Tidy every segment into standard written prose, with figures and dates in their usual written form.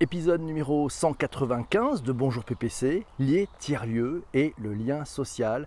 Épisode numéro 195 de Bonjour PPC, les tiers-lieux et le lien social.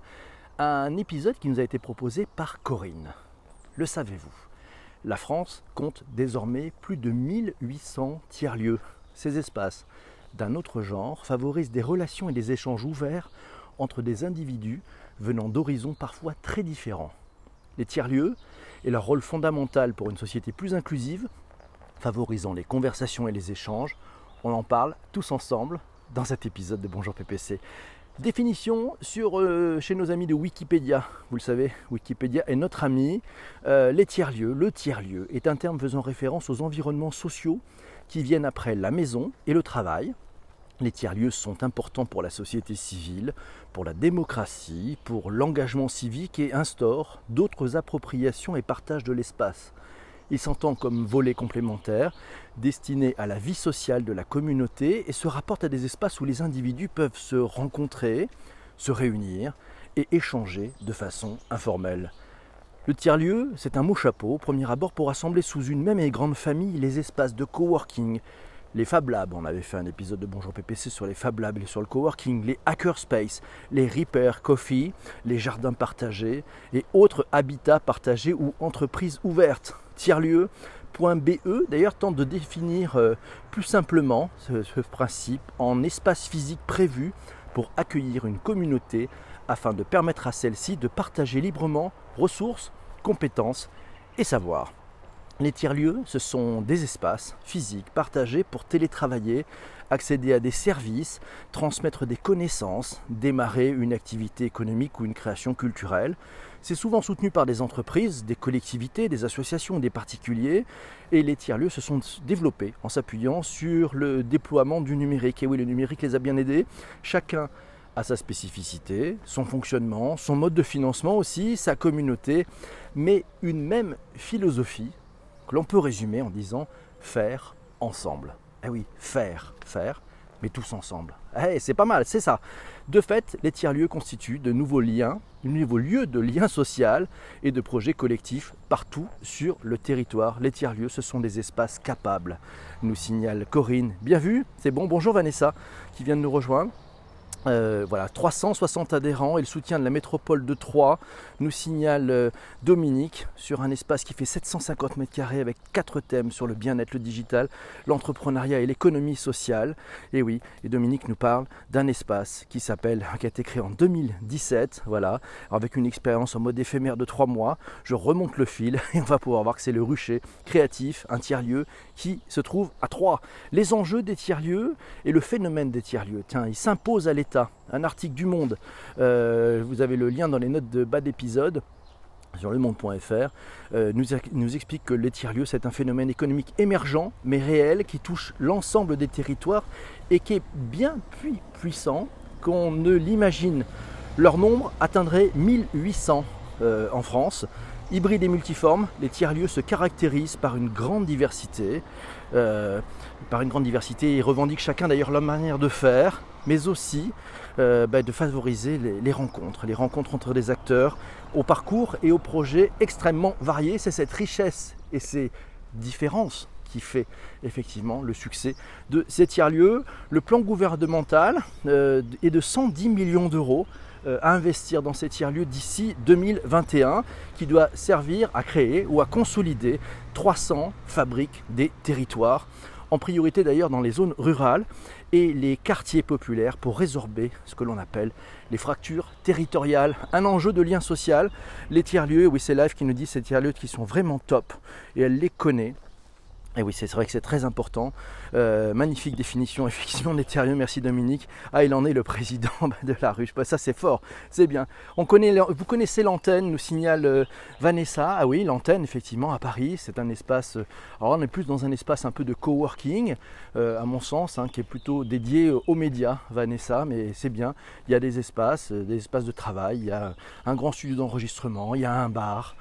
Un épisode qui nous a été proposé par Corinne. Le savez-vous? La France compte désormais plus de 1800 tiers-lieux. Ces espaces d'un autre genre favorisent des relations et des échanges ouverts entre des individus venant d'horizons parfois très différents. Les tiers-lieux et leur rôle fondamental pour une société plus inclusive, favorisant les conversations et les échanges, on en parle tous ensemble dans cet épisode de Bonjour PPC. Définition chez nos amis de Wikipédia. Vous le savez, Wikipédia est notre ami. Les tiers-lieux, le tiers-lieu est un terme faisant référence aux environnements sociaux qui viennent après la maison et le travail. Les tiers-lieux sont importants pour la société civile, pour la démocratie, pour l'engagement civique et instaurent d'autres appropriations et partages de l'espace. Il s'entend comme volet complémentaire, destiné à la vie sociale de la communauté et se rapporte à des espaces où les individus peuvent se rencontrer, se réunir et échanger de façon informelle. Le tiers-lieu, c'est un mot chapeau, au premier abord, pour rassembler sous une même et grande famille les espaces de coworking, les Fab Labs, on avait fait un épisode de Bonjour PPC sur les Fab Labs et sur le coworking, les hackerspace, les repair coffee, les jardins partagés et autres habitats partagés ou entreprises ouvertes. Tiers-lieu.be d'ailleurs tente de définir plus simplement ce principe en espace physique prévu pour accueillir une communauté afin de permettre à celle-ci de partager librement ressources, compétences et savoirs. Les tiers-lieux, ce sont des espaces physiques partagés pour télétravailler, accéder à des services, transmettre des connaissances, démarrer une activité économique ou une création culturelle. C'est souvent soutenu par des entreprises, des collectivités, des associations, des particuliers. Et les tiers-lieux se sont développés en s'appuyant sur le déploiement du numérique. Et oui, le numérique les a bien aidés. Chacun a sa spécificité, son fonctionnement, son mode de financement aussi, sa communauté, mais une même philosophie que l'on peut résumer en disant faire ensemble. Eh oui, faire, mais tous ensemble. Eh, c'est pas mal, c'est ça. De fait, les tiers-lieux constituent de nouveaux liens, de nouveaux lieux de lien social et de projets collectifs partout sur le territoire. Les tiers-lieux, ce sont des espaces capables, nous signale Corinne. Bien vu, c'est bon. Bonjour Vanessa, qui vient de nous rejoindre. Voilà, 360 adhérents et le soutien de la métropole de Troyes, nous signale Dominique, sur un espace qui fait 750 m² avec 4 thèmes sur le bien-être, le digital, l'entrepreneuriat et l'économie sociale. Et oui, et Dominique nous parle d'un espace qui a été créé en 2017, voilà, avec une expérience en mode éphémère de 3 mois. Je remonte le fil et on va pouvoir voir que c'est le Rucher créatif, un tiers-lieu qui se trouve à Troyes. Les enjeux des tiers-lieux et le phénomène des tiers-lieux, tiens, il s'impose à l'État. Un article du Monde, vous avez le lien dans les notes de bas d'épisode sur lemonde.fr, nous explique que les tiers-lieux, c'est un phénomène économique émergent mais réel qui touche l'ensemble des territoires et qui est bien plus puissant qu'on ne l'imagine. Leur nombre atteindrait 1800 en France. Hybrides et multiformes, les tiers-lieux se caractérisent par une grande diversité, et revendiquent chacun d'ailleurs leur manière de faire, mais aussi de favoriser les rencontres entre des acteurs, au parcours et aux projets extrêmement variés. C'est cette richesse et ces différences qui fait effectivement le succès de ces tiers-lieux. Le plan gouvernemental est de 110 millions d'euros à investir dans ces tiers-lieux d'ici 2021, qui doit servir à créer ou à consolider 300 fabriques des territoires, en priorité d'ailleurs dans les zones rurales et les quartiers populaires, pour résorber ce que l'on appelle les fractures territoriales. Un enjeu de lien social. Les tiers-lieux, oui, c'est Live qui nous dit ces tiers-lieux qui sont vraiment top et elle les connaît. Et oui, c'est vrai que c'est très important. Magnifique définition, effectivement, des tiers-lieux. Merci Dominique. Ah, il en est le président de la ruche. Ça, c'est fort, c'est bien. Vous connaissez l'antenne, nous signale Vanessa. Ah oui, l'antenne, effectivement, à Paris, c'est un espace... alors, on est plus dans un espace un peu de coworking, à mon sens, qui est plutôt dédié aux médias, Vanessa, mais c'est bien. Il y a des espaces de travail, il y a un grand studio d'enregistrement, il y a un bar.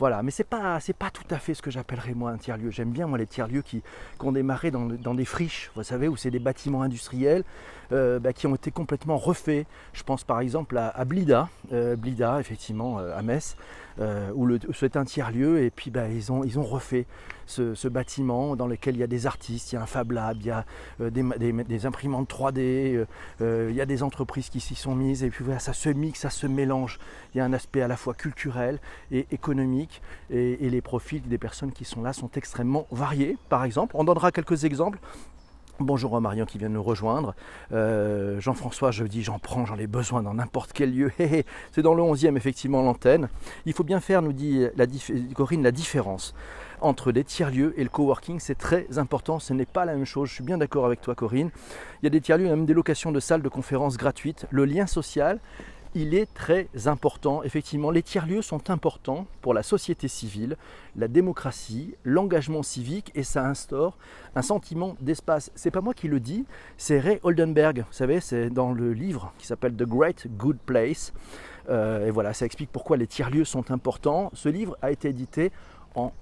Voilà, mais c'est pas tout à fait ce que j'appellerais moi un tiers-lieu. J'aime bien moi les tiers-lieux qui ont démarré dans des friches, vous savez, où c'est des bâtiments industriels qui ont été complètement refaits. Je pense par exemple à Blida, effectivement à Metz, où c'est un tiers-lieu et puis ils ont refait ce bâtiment dans lequel il y a des artistes, il y a un Fab Lab, il y a des imprimantes 3D, il y a des entreprises qui s'y sont mises et puis voilà, ça se mixe, ça se mélange. Il y a un aspect à la fois culturel et économique et les profils des personnes qui sont là sont extrêmement variés. Par exemple, on donnera quelques exemples. Bonjour à Marion qui vient de nous rejoindre. Jean-François, je dis j'en ai besoin dans n'importe quel lieu. C'est dans le 11e effectivement l'antenne. Il faut bien faire, nous dit Corinne, la différence entre les tiers-lieux et le coworking. C'est très important, ce n'est pas la même chose. Je suis bien d'accord avec toi Corinne. Il y a des tiers-lieux, il y a même des locations de salles de conférences gratuites. Le lien social, il est très important. Effectivement, les tiers-lieux sont importants pour la société civile, la démocratie, l'engagement civique et ça instaure un sentiment d'espace. C'est pas moi qui le dis, c'est Ray Oldenburg. Vous savez, c'est dans le livre qui s'appelle The Great Good Place. Et voilà, ça explique pourquoi les tiers-lieux sont importants. Ce livre a été édité en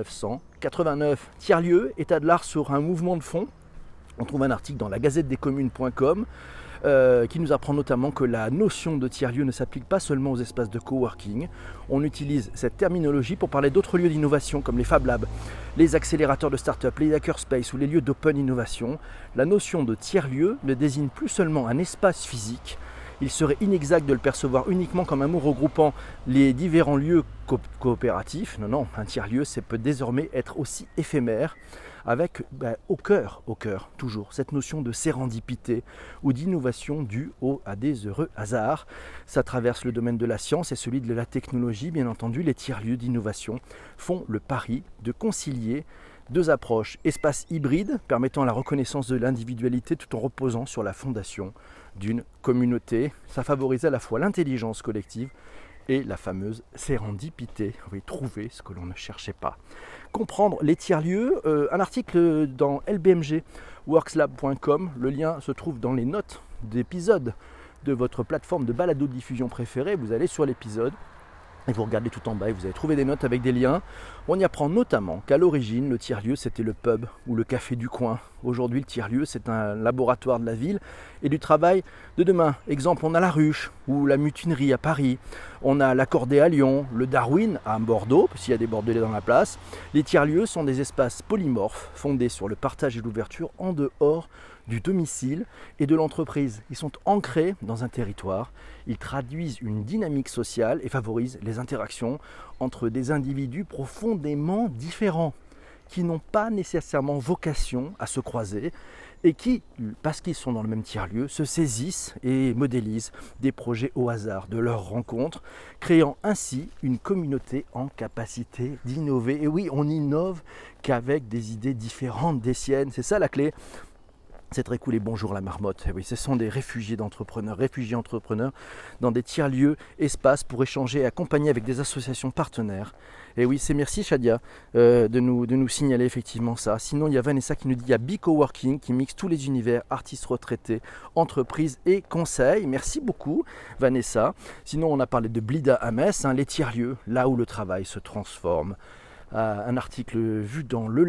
1989. Tiers-lieux, état de l'art sur un mouvement de fond. On trouve un article dans la gazetteDesCommunes.com qui nous apprend notamment que la notion de tiers-lieu ne s'applique pas seulement aux espaces de coworking. On utilise cette terminologie pour parler d'autres lieux d'innovation comme les Fab Labs, les accélérateurs de start-up, les hackerspace ou les lieux d'open innovation. La notion de tiers-lieu ne désigne plus seulement un espace physique. Il serait inexact de le percevoir uniquement comme un mot regroupant les différents lieux coopératifs. Non, un tiers-lieu, ça peut désormais être aussi éphémère, avec au cœur, toujours, cette notion de sérendipité ou d'innovation due à des heureux hasards. Ça traverse le domaine de la science et celui de la technologie. Bien entendu, les tiers-lieux d'innovation font le pari de concilier deux approches, espace hybride permettant la reconnaissance de l'individualité tout en reposant sur la fondation d'une communauté. Ça favorise à la fois l'intelligence collective et la fameuse sérendipité, oui, trouver ce que l'on ne cherchait pas. Comprendre les tiers-lieux, un article dans lbmgworkslab.com, le lien se trouve dans les notes d'épisode de votre plateforme de balado-diffusion préférée. Vous allez sur l'épisode et vous regardez tout en bas et vous allez trouver des notes avec des liens. On y apprend notamment qu'à l'origine, le tiers-lieu, c'était le pub ou le café du coin. Aujourd'hui, le tiers-lieu, c'est un laboratoire de la ville et du travail de demain. Exemple, on a la Ruche ou la Mutinerie à Paris. On a l'Accordé à Lyon, le Darwin à Bordeaux, s'il y a des Bordelais dans la place. Les tiers-lieux sont des espaces polymorphes fondés sur le partage et l'ouverture en dehors du domicile et de l'entreprise. Ils sont ancrés dans un territoire, ils traduisent une dynamique sociale et favorisent les interactions entre des individus profondément différents, qui n'ont pas nécessairement vocation à se croiser et qui, parce qu'ils sont dans le même tiers-lieu, se saisissent et modélisent des projets au hasard de leurs rencontres, créant ainsi une communauté en capacité d'innover. Et oui, on innove qu'avec des idées différentes des siennes, c'est ça la clé. C'est très cool et bonjour la marmotte. Et oui, ce sont des réfugiés entrepreneurs dans des tiers-lieux, espaces pour échanger et accompagner avec des associations partenaires. Et oui, c'est merci Shadia de nous signaler effectivement ça. Sinon, il y a Vanessa qui nous dit il y a B-Coworking qui mixe tous les univers, artistes retraités, entreprises et conseils. Merci beaucoup Vanessa. Sinon, on a parlé de Blida à Metz, les tiers-lieux, là où le travail se transforme. Un article vu dans le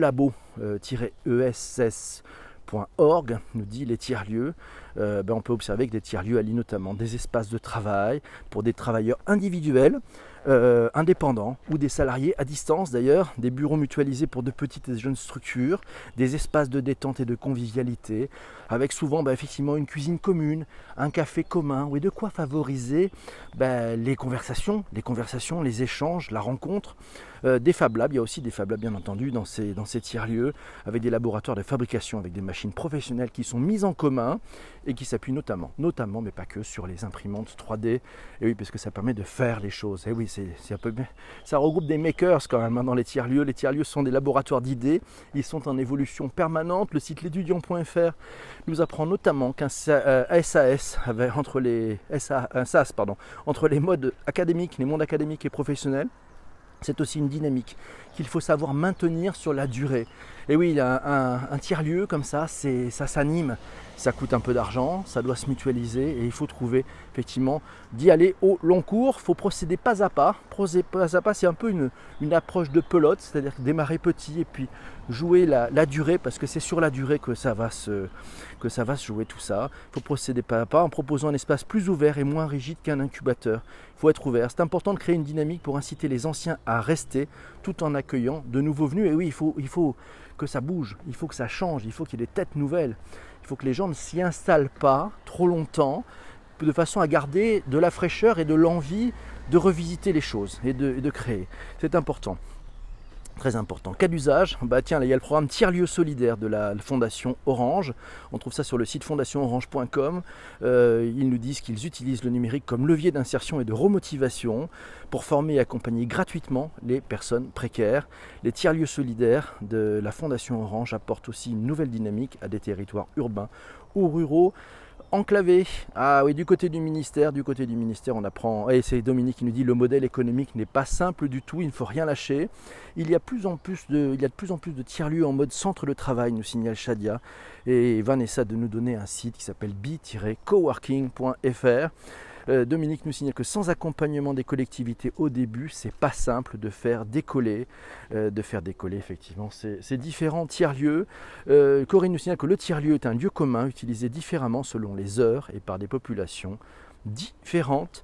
labo-ess.org nous dit les tiers-lieux. On peut observer que des tiers-lieux allient notamment des espaces de travail pour des travailleurs individuels, indépendants ou des salariés à distance d'ailleurs, des bureaux mutualisés pour de petites et jeunes structures, des espaces de détente et de convivialité, avec souvent effectivement une cuisine commune, un café commun, de quoi favoriser les conversations, les échanges, la rencontre. Des Fab Labs, il y a aussi des Fab Labs bien entendu dans ces tiers-lieux, avec des laboratoires de fabrication, avec des machines professionnelles qui sont mises en commun et qui s'appuient notamment, mais pas que, sur les imprimantes 3D. Et oui, parce que ça permet de faire les choses. Et oui, c'est un peu, ça regroupe des makers quand même dans les tiers-lieux. Les tiers-lieux sont des laboratoires d'idées. Ils sont en évolution permanente. Le site l'étudiant.fr nous apprend notamment qu'un SAS entre les modes académiques, les mondes académiques et professionnels, c'est aussi une dynamique qu'il faut savoir maintenir sur la durée. Et oui, un tiers-lieu comme ça s'anime. Ça coûte un peu d'argent, ça doit se mutualiser et il faut trouver effectivement d'y aller au long cours. Il faut procéder pas à pas. Pas à pas, c'est un peu une approche de pelote, c'est-à-dire démarrer petit et puis jouer la durée, parce que c'est sur la durée que ça va se jouer tout ça. Il faut procéder pas à pas en proposant un espace plus ouvert et moins rigide qu'un incubateur. Il faut être ouvert. C'est important de créer une dynamique pour inciter les anciens à rester tout en accueillant de nouveaux venus. Et oui, il faut que ça bouge, il faut que ça change, il faut qu'il y ait des têtes nouvelles. Il faut que les gens ne s'y installent pas trop longtemps, de façon à garder de la fraîcheur et de l'envie de revisiter les choses et de créer. C'est important. Très important. Cas d'usage, tiens, là, il y a le programme Tiers-lieu solidaire de la Fondation Orange. On trouve ça sur le site fondationorange.com. Ils nous disent qu'ils utilisent le numérique comme levier d'insertion et de remotivation pour former et accompagner gratuitement les personnes précaires. Les tiers-lieux solidaires de la Fondation Orange apportent aussi une nouvelle dynamique à des territoires urbains ou ruraux enclavés. Ah oui, du côté du ministère, on apprend, et c'est Dominique qui nous dit, le modèle économique n'est pas simple du tout, il ne faut rien lâcher. Il y a de plus en plus de tiers-lieux en mode centre de travail, nous signale Shadia, et Vanessa de nous donner un site qui s'appelle b-coworking.fr. Dominique nous signale que sans accompagnement des collectivités au début, c'est pas simple de faire décoller effectivement ces différents tiers-lieux. Corinne nous signale que le tiers-lieu est un lieu commun utilisé différemment selon les heures et par des populations différentes.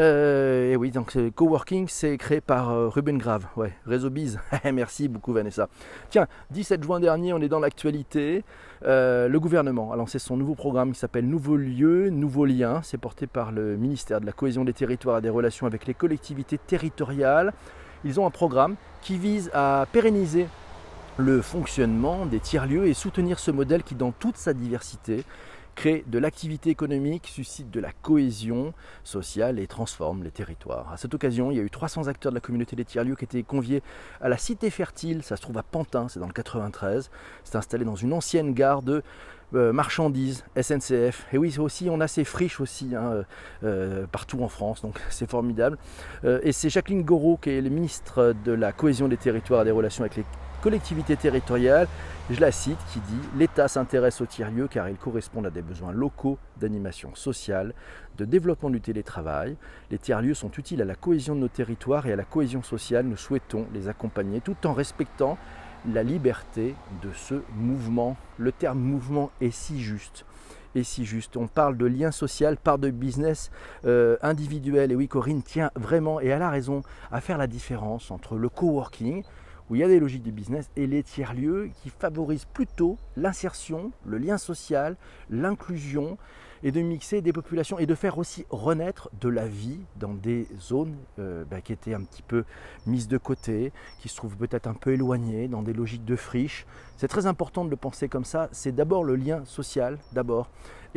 Et oui, donc Coworking, c'est créé par Ruben Grave, ouais, Réseau Biz. Merci beaucoup Vanessa. Tiens, 17 juin dernier, on est dans l'actualité. Le gouvernement a lancé son nouveau programme qui s'appelle Nouveaux lieux, nouveaux liens. C'est porté par le ministère de la Cohésion des Territoires et des Relations avec les collectivités territoriales. Ils ont un programme qui vise à pérenniser le fonctionnement des tiers-lieux et soutenir ce modèle qui, dans toute sa diversité, crée de l'activité économique, suscite de la cohésion sociale et transforme les territoires. À cette occasion, il y a eu 300 acteurs de la communauté des tiers-lieux qui étaient conviés à la Cité Fertile, ça se trouve à Pantin, c'est dans le 93. C'est installé dans une ancienne gare de marchandises, SNCF. Et oui, aussi, on a ces friches aussi partout en France, donc c'est formidable. Et c'est Jacqueline Gouraud, qui est le ministre de la Cohésion des Territoires et des Relations avec les collectivités territoriales, je la cite, qui dit « L'État s'intéresse aux tiers-lieux car ils correspondent à des besoins locaux d'animation sociale, de développement du télétravail. Les tiers-lieux sont utiles à la cohésion de nos territoires et à la cohésion sociale. Nous souhaitons les accompagner tout en respectant la liberté de ce mouvement. » Le terme mouvement est si juste. Et si juste, on parle de lien social, part de business individuel. Et oui, Corinne tient vraiment, et elle a raison, à faire la différence entre le coworking, où il y a des logiques de business, et les tiers-lieux qui favorisent plutôt l'insertion, le lien social, l'inclusion, et de mixer des populations et de faire aussi renaître de la vie dans des zones qui étaient un petit peu mises de côté, qui se trouvent peut-être un peu éloignées, dans des logiques de friches. C'est très important de le penser comme ça. C'est d'abord le lien social, d'abord.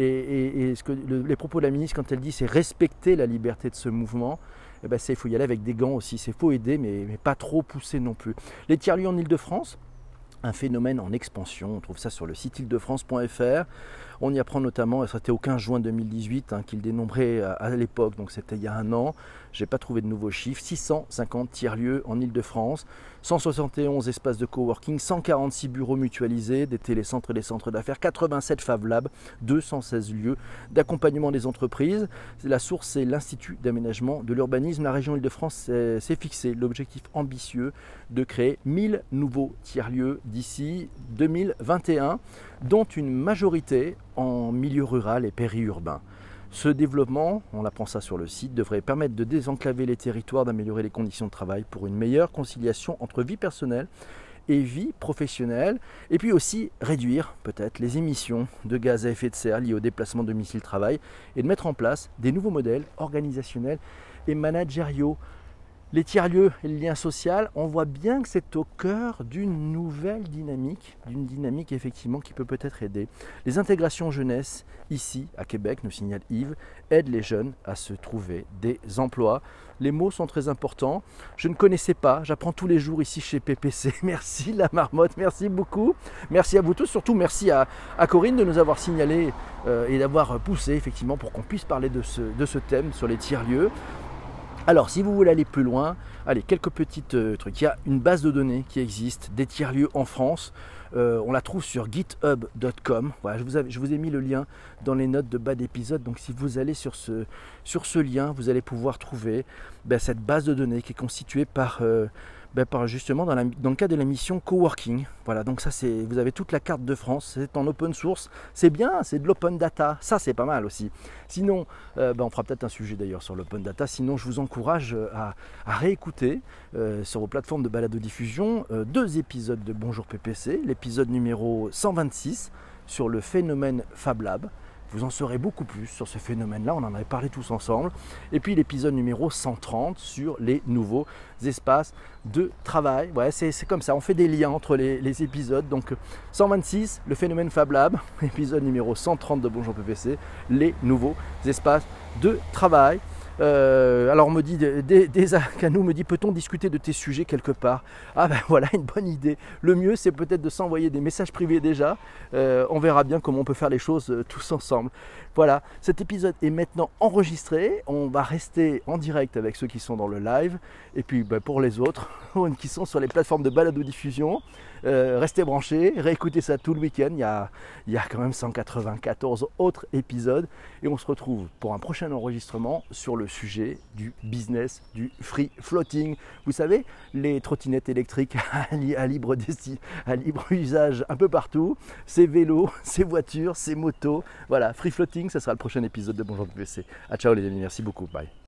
Et ce que les propos de la ministre, quand elle dit c'est respecter la liberté de ce mouvement, il faut y aller avec des gants aussi. C'est faut aider, mais pas trop pousser non plus. Les tiers-lieux en Ile-de-France, un phénomène en expansion. On trouve ça sur le site ile-de-france.fr. On y apprend notamment, c'était au 15 juin 2018 qu'il dénombrait à l'époque, donc c'était il y a un an. Je n'ai pas trouvé de nouveaux chiffres. 650 tiers-lieux en Ile-de-France, 171 espaces de coworking, 146 bureaux mutualisés, des télécentres et des centres d'affaires, 87 Fab Labs, 216 lieux d'accompagnement des entreprises. La source, c'est l'Institut d'aménagement de l'urbanisme. La région Ile-de-France s'est fixé l'objectif ambitieux de créer 1000 nouveaux tiers-lieux d'ici 2021, dont une majorité en milieu rural et périurbain. Ce développement, on apprend ça sur le site, devrait permettre de désenclaver les territoires, d'améliorer les conditions de travail pour une meilleure conciliation entre vie personnelle et vie professionnelle, et puis aussi réduire peut-être les émissions de gaz à effet de serre liées au déplacement domicile-travail et de mettre en place des nouveaux modèles organisationnels et managériaux. Les tiers-lieux et le lien social, on voit bien que c'est au cœur d'une nouvelle dynamique, effectivement qui peut peut-être aider. Les intégrations jeunesse, ici à Québec, nous signale Yves, aident les jeunes à se trouver des emplois. Les mots sont très importants. Je ne connaissais pas, j'apprends tous les jours ici chez PPC. Merci la marmotte, merci beaucoup. Merci à vous tous, surtout merci à Corinne de nous avoir signalé et d'avoir poussé effectivement pour qu'on puisse parler de ce thème sur les tiers-lieux. Alors, si vous voulez aller plus loin, allez, quelques petits trucs. Il y a une base de données qui existe, des tiers-lieux en France. On la trouve sur github.com. Voilà, je vous ai mis le lien dans les notes de bas d'épisode. Donc, si vous allez sur ce lien, vous allez pouvoir trouver cette base de données qui est constituée par justement dans le cadre de la mission coworking. Voilà, donc ça vous avez toute la carte de France, c'est en open source, c'est bien, c'est de l'open data, ça c'est pas mal aussi. Sinon, on fera peut-être un sujet d'ailleurs sur l'open data, sinon je vous encourage à réécouter sur vos plateformes de balado-diffusion 2 épisodes de Bonjour PPC, l'épisode numéro 126 sur le phénomène Fab Lab. Vous en saurez beaucoup plus sur ce phénomène-là, on en avait parlé tous ensemble. Et puis l'épisode numéro 130 sur les nouveaux espaces de travail. Ouais, c'est comme ça, on fait des liens entre les épisodes. Donc 126, le phénomène Fab Lab, épisode numéro 130 de Bonjour PPC, les nouveaux espaces de travail. Alors on me dit, Canou me dit, peut-on discuter de tes sujets quelque part? Ah ben voilà, une bonne idée. Le mieux c'est peut-être de s'envoyer des messages privés déjà. On verra bien comment on peut faire les choses tous ensemble. Voilà, cet épisode est maintenant enregistré. On va rester en direct avec ceux qui sont dans le live. Et puis pour les autres qui sont sur les plateformes de balado-diffusion, restez branchés, réécoutez ça tout le week-end. Il y a quand même 194 autres épisodes. Et on se retrouve pour un prochain enregistrement sur le sujet du business du free floating. Vous savez, les trottinettes électriques à libre usage un peu partout, ces vélos, ces voitures, ces motos. Voilà, free floating, ça sera le prochain épisode de Bonjour PPC. Ciao les amis, merci beaucoup, bye.